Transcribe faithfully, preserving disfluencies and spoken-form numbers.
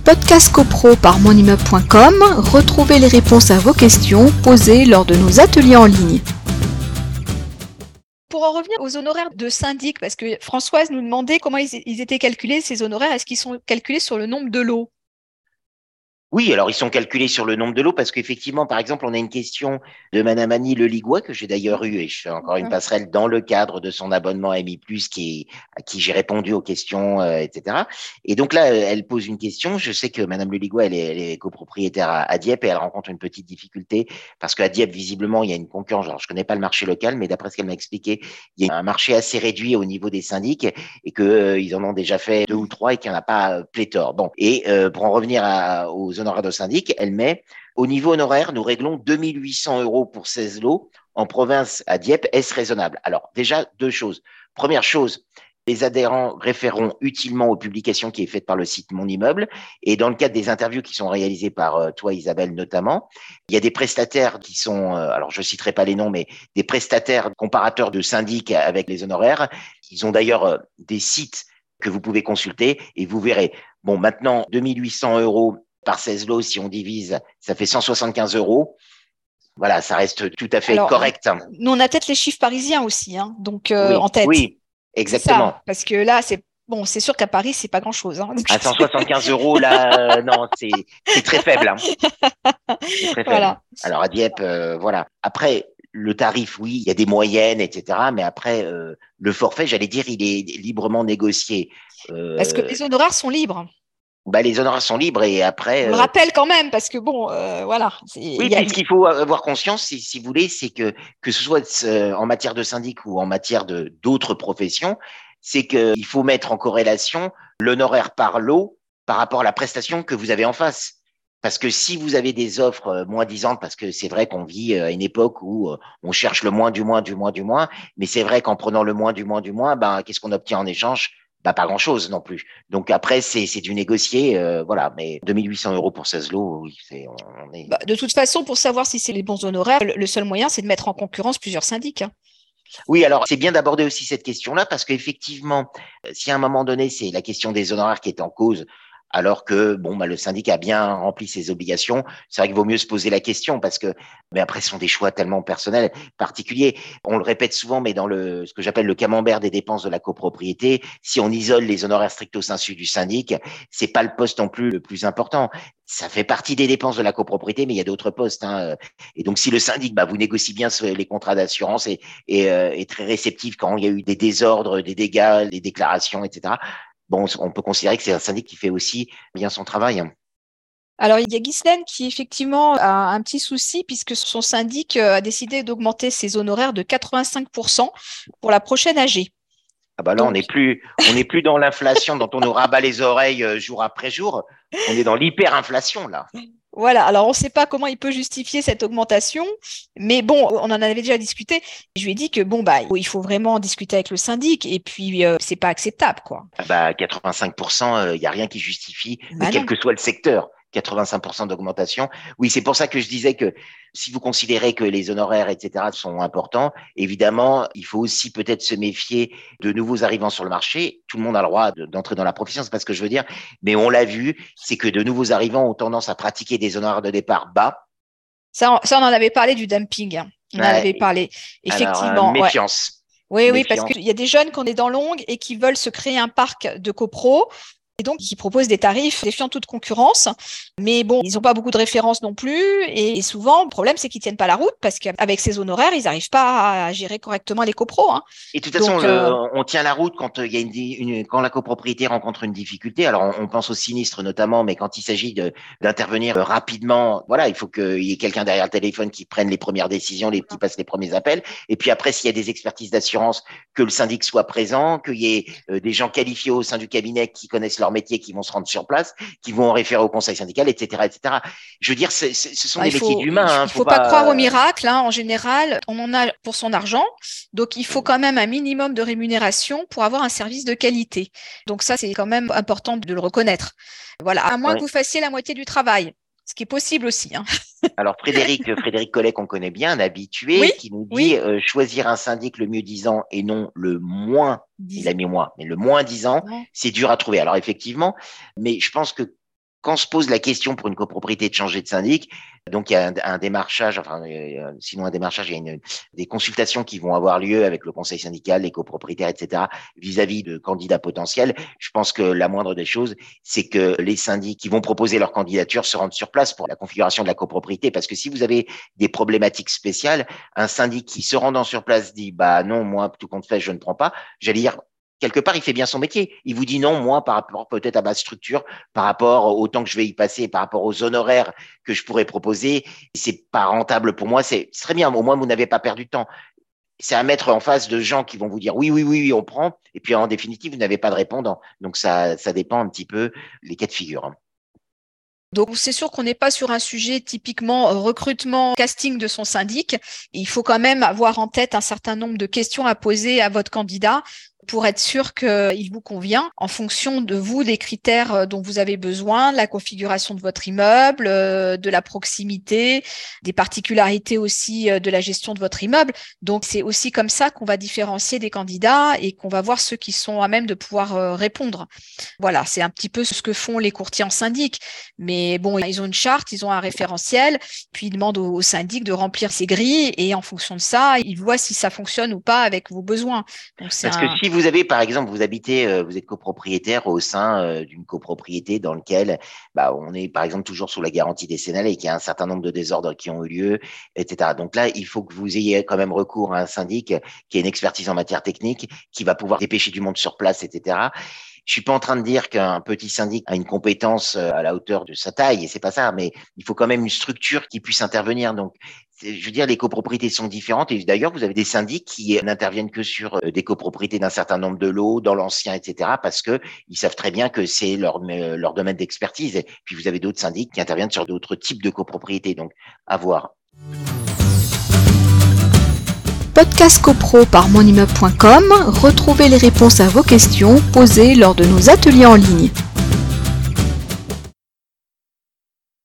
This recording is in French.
podcast copro par monimmeuble point com, retrouvez les réponses à vos questions posées lors de nos ateliers en ligne. Pour en revenir aux honoraires de syndic, parce que Françoise nous demandait comment ils, ils étaient calculés, ces honoraires, est-ce qu'ils sont calculés sur le nombre de lots ? Oui, alors ils sont calculés sur le nombre de lots parce qu'effectivement, par exemple, on a une question de Madame Annie Leligois que j'ai d'ailleurs eue et je fais encore une passerelle dans le cadre de son abonnement M I plus, qui est, à qui j'ai répondu aux questions, euh, et cetera. Et donc là, elle pose une question. Je sais que Madame Leligois, elle est, elle est copropriétaire à, à Dieppe et elle rencontre une petite difficulté parce qu'à Dieppe, visiblement, il y a une concurrence. Alors, je connais pas le marché local, mais d'après ce qu'elle m'a expliqué, il y a un marché assez réduit au niveau des syndics et que euh, ils en ont déjà fait deux ou trois et qu'il n'y en a pas euh, pléthore. Bon, et euh, pour en revenir à, aux honoraires de syndic, elle met au niveau honoraire, nous réglons deux mille huit cents euros pour seize lots en province à Dieppe. Est-ce raisonnable? Alors, déjà, deux choses. Première chose, les adhérents référeront utilement aux publications qui est faites par le site Mon Immeuble. Et dans le cadre des interviews qui sont réalisées par euh, toi, Isabelle, notamment, il y a des prestataires qui sont, euh, alors je citerai pas les noms, mais des prestataires comparateurs de syndic avec les honoraires. Ils ont d'ailleurs euh, des sites que vous pouvez consulter et vous verrez. Bon, maintenant, deux mille huit cents euros par seize lots, si on divise, ça fait cent soixante-quinze euros. Voilà, ça reste tout à fait Alors, correct. Nous, on a peut-être les chiffres parisiens aussi, hein, donc euh, oui, en tête. Oui, exactement. Ça, parce que là, c'est bon, c'est sûr qu'à Paris, c'est pas grand-chose. Hein, à cent soixante-quinze euros, là, euh, non, c'est c'est très faible. Hein. C'est très faible. Voilà. Alors à Dieppe, euh, voilà. Après, le tarif, oui, il y a des moyennes, et cetera. Mais après, euh, le forfait, j'allais dire, il est librement négocié. Euh, Parce que les honoraires sont libres. Bah, les honoraires sont libres et après. On le euh, rappelle quand même parce que bon, euh, voilà. Oui, puis ce qu'il faut avoir conscience, si, si vous voulez, c'est que que ce soit euh, en matière de syndic ou en matière de d'autres professions, c'est qu'il faut mettre en corrélation l'honoraire par lot par rapport à la prestation que vous avez en face. Parce que si vous avez des offres moins disantes, parce que c'est vrai qu'on vit à une époque où on cherche le moins du moins du moins du moins, mais c'est vrai qu'en prenant le moins du moins du moins, ben qu'est-ce qu'on obtient en échange? Bah, pas grand-chose non plus. Donc après, c'est, c'est du négocier, euh, voilà. Mais deux mille huit cents euros pour seize lots, oui, c'est, on est. Bah, de toute façon, pour savoir si c'est les bons honoraires, le seul moyen, c'est de mettre en concurrence plusieurs syndics. Hein. Oui, alors c'est bien d'aborder aussi cette question-là parce qu'effectivement, si à un moment donné, c'est la question des honoraires qui est en cause, alors que bon, bah, le syndic a bien rempli ses obligations, c'est vrai qu'il vaut mieux se poser la question parce que, mais après, ce sont des choix tellement personnels, particuliers. On le répète souvent, mais dans le ce que j'appelle le camembert des dépenses de la copropriété, si on isole les honoraires stricto sensu du syndic, c'est pas le poste non plus le plus important. Ça fait partie des dépenses de la copropriété, mais il y a d'autres postes. Hein. Et donc, si le syndic, bah, vous négocie bien les contrats d'assurance et, et euh, est très réceptif quand il y a eu des désordres, des dégâts, des déclarations, et cetera, bon, on peut considérer que c'est un syndic qui fait aussi bien son travail. Alors, il y a Ghislaine qui, effectivement, a un petit souci puisque son syndic a décidé d'augmenter ses honoraires de quatre-vingt-cinq pour cent pour la prochaine A G. Ah bah là, Donc... on n'est plus, on n'est plus dans l'inflation dont on nous rabat les oreilles jour après jour. On est dans l'hyperinflation, là. Voilà, alors on ne sait pas comment il peut justifier cette augmentation, mais bon, on en avait déjà discuté. Je lui ai dit que bon, bah, il faut vraiment discuter avec le syndic et puis euh, c'est pas acceptable, quoi. Ah bah, quatre-vingt-cinq pour cent, il euh, n'y a rien qui justifie, bah quel non. que soit le secteur. quatre-vingt-cinq pour cent d'augmentation. Oui, c'est pour ça que je disais que si vous considérez que les honoraires, et cetera, sont importants, évidemment, il faut aussi peut-être se méfier de nouveaux arrivants sur le marché. Tout le monde a le droit de, d'entrer dans la profession, c'est pas ce que je veux dire, mais on l'a vu, c'est que de nouveaux arrivants ont tendance à pratiquer des honoraires de départ bas. Ça, ça on en avait parlé du dumping. Hein. On ouais. en avait parlé. Effectivement. Alors, euh, méfiance. Ouais. Oui, méfiance. oui, parce qu'il y a des jeunes qu'on est dans l'ongle et qui veulent se créer un parc de copro. Et donc, ils proposent des tarifs défiant toute concurrence. Mais bon, ils n'ont pas beaucoup de références non plus. Et souvent, le problème, c'est qu'ils ne tiennent pas la route parce qu'avec ces honoraires, ils n'arrivent pas à gérer correctement les copros. Hein. Et de toute façon, donc, le, euh... on tient la route quand, il y a une, une, quand la copropriété rencontre une difficulté. Alors, on, on pense au sinistre notamment, mais quand il s'agit de, d'intervenir rapidement, voilà, il faut qu'il y ait quelqu'un derrière le téléphone qui prenne les premières décisions, les, qui passe les premiers appels. Et puis après, s'il y a des expertises d'assurance, que le syndic soit présent, qu'il y ait euh, des gens qualifiés au sein du cabinet qui connaissent leur métier, qui vont se rendre sur place, qui vont en référer au conseil syndical, et cetera, et cetera. Je veux dire, c'est, c'est, ce sont bah, des faut, métiers d'humains. Il ne hein, faut, faut pas, pas croire au miracle. Hein. En général, on en a pour son argent. Donc, il faut quand même un minimum de rémunération pour avoir un service de qualité. Donc, ça, c'est quand même important de le reconnaître. Voilà. À moins ouais. que vous fassiez la moitié du travail. Ce qui est possible aussi. Hein. Alors, Frédéric, Frédéric Collet, qu'on connaît bien, un habitué, oui, qui nous dit oui. euh, choisir un syndic le mieux disant et non le moins, il a mis moins, mais le moins disant, ouais. c'est dur à trouver. Alors, effectivement, mais je pense que quand on se pose la question pour une copropriété de changer de syndic, donc il y a un, un démarchage, enfin euh, sinon un démarchage, il y a une, des consultations qui vont avoir lieu avec le conseil syndical, les copropriétaires, et cetera, vis-à-vis de candidats potentiels. Je pense que la moindre des choses, c'est que les syndics qui vont proposer leur candidature se rendent sur place pour la configuration de la copropriété, parce que si vous avez des problématiques spéciales, un syndic qui se rendant sur place dit bah non, moi tout compte fait, je ne prends pas, j'allais dire quelque part, il fait bien son métier. Il vous dit non, moi, par rapport peut-être à ma structure, par rapport au temps que je vais y passer, par rapport aux honoraires que je pourrais proposer, c'est pas rentable pour moi. C'est très bien. Au moins, vous n'avez pas perdu de temps. C'est à mettre en face de gens qui vont vous dire oui, oui, oui, oui, on prend. Et puis, en définitive, vous n'avez pas de répondant. Donc, ça, ça dépend un petit peu les cas de figure. Donc, c'est sûr qu'on n'est pas sur un sujet typiquement euh, recrutement, casting de son syndic. Il faut quand même avoir en tête un certain nombre de questions à poser à votre candidat pour être sûr qu'il vous convient en fonction de vous, des critères dont vous avez besoin, la configuration de votre immeuble, de la proximité, des particularités aussi de la gestion de votre immeuble. Donc, c'est aussi comme ça qu'on va différencier des candidats et qu'on va voir ceux qui sont à même de pouvoir répondre. Voilà, c'est un petit peu ce que font les courtiers en syndic. Mais bon, ils ont une charte, ils ont un référentiel, puis ils demandent au syndic de remplir ses grilles et en fonction de ça, ils voient si ça fonctionne ou pas avec vos besoins. Donc, c'est Parce un... que si vous avez, par exemple, vous habitez, euh, vous êtes copropriétaire au sein euh, d'une copropriété dans laquelle bah, on est, par exemple, toujours sous la garantie décennale et qu'il y a un certain nombre de désordres qui ont eu lieu, et cetera. Donc là, il faut que vous ayez quand même recours à un syndic qui a une expertise en matière technique, qui va pouvoir dépêcher du monde sur place, et cetera. Je suis pas en train de dire qu'un petit syndic a une compétence à la hauteur de sa taille, et c'est pas ça, mais il faut quand même une structure qui puisse intervenir. Donc, je veux dire, les copropriétés sont différentes. Et d'ailleurs, vous avez des syndics qui n'interviennent que sur des copropriétés d'un certain nombre de lots, dans l'ancien, et cetera, parce que ils savent très bien que c'est leur, leur domaine d'expertise. Et puis, vous avez d'autres syndics qui interviennent sur d'autres types de copropriétés. Donc, à voir. Podcast CoPro par monimmeuble point com, retrouvez les réponses à vos questions posées lors de nos ateliers en ligne.